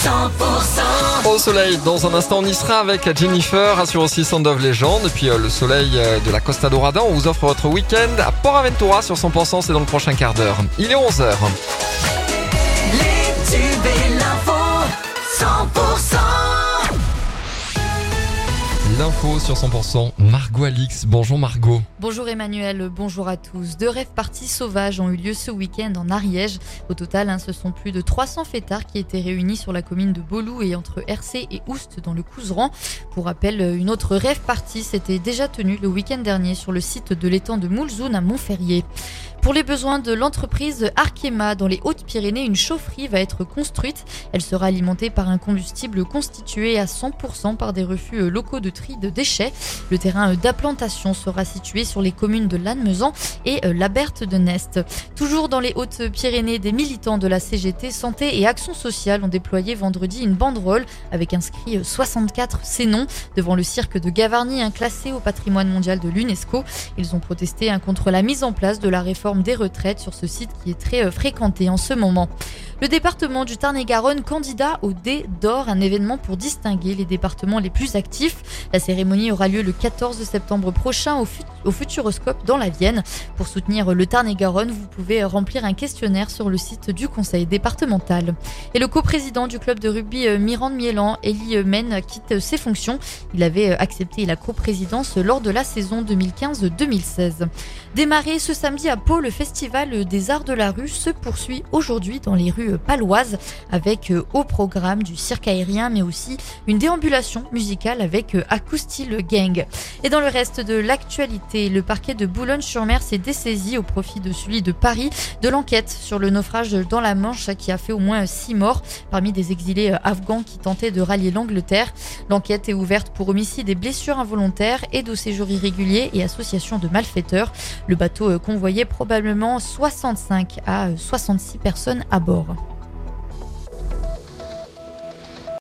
Au soleil, dans un instant on y sera avec Jennifer, assure aussi Sound of Legend. Et puis le soleil de la Costa Dorada, on vous offre votre week-end à Port Aventura sur 100%, c'est dans le prochain quart d'heure. Il est 11h. Les tubes et l'info, 100%. L'info sur 100%, Margot Alix. Bonjour Margot. Bonjour Emmanuel, bonjour à tous. 2 rave parties sauvages ont eu lieu ce week-end en Ariège. Au total, ce sont plus de 300 fêtards qui étaient réunis sur la commune de Bolou et entre Hercé et Oust dans le Couserans. Pour rappel, une autre rave party s'était déjà tenue le week-end dernier sur le site de l'étang de Moulzoun à Montferrier. Pour les besoins de l'entreprise Arkema dans les Hautes-Pyrénées, une chaufferie va être construite. Elle sera alimentée par un combustible constitué à 100% par des refus locaux de tri de déchets. Le terrain d'implantation sera situé sur les communes de Lannemezan et la Berthe de Nest. Toujours dans les Hautes-Pyrénées, des militants de la CGT Santé et Action Sociale ont déployé vendredi une banderole avec inscrit 64 ces noms devant le cirque de Gavarnie, classé au patrimoine mondial de l'UNESCO. Ils ont protesté contre la mise en place de la réforme des retraites sur ce site qui est très fréquenté en ce moment. Le département du Tarn-et-Garonne candidat au Dé d'Or, un événement pour distinguer les départements les plus actifs. La cérémonie aura lieu le 14 septembre prochain au Futuroscope dans la Vienne. Pour soutenir le Tarn-et-Garonne, vous pouvez remplir un questionnaire sur le site du conseil départemental. Et le coprésident du club de rugby Mirande-Mielan, Elie Men, quitte ses fonctions. Il avait accepté la coprésidence lors de la saison 2015-2016. Démarré ce samedi à Pau, le festival des arts de la rue se poursuit aujourd'hui dans les rues paloises avec au programme du cirque aérien mais aussi une déambulation musicale avec Acoustil Gang. Et dans le reste de l'actualité, le parquet de Boulogne-sur-Mer s'est dessaisi au profit de celui de Paris de l'enquête sur le naufrage dans la Manche qui a fait au moins 6 morts parmi des exilés afghans qui tentaient de rallier l'Angleterre. L'enquête est ouverte pour homicide et blessures involontaires, aide au séjour irrégulier et association de malfaiteurs. Le bateau convoyait probablement 65 à 66 personnes à bord.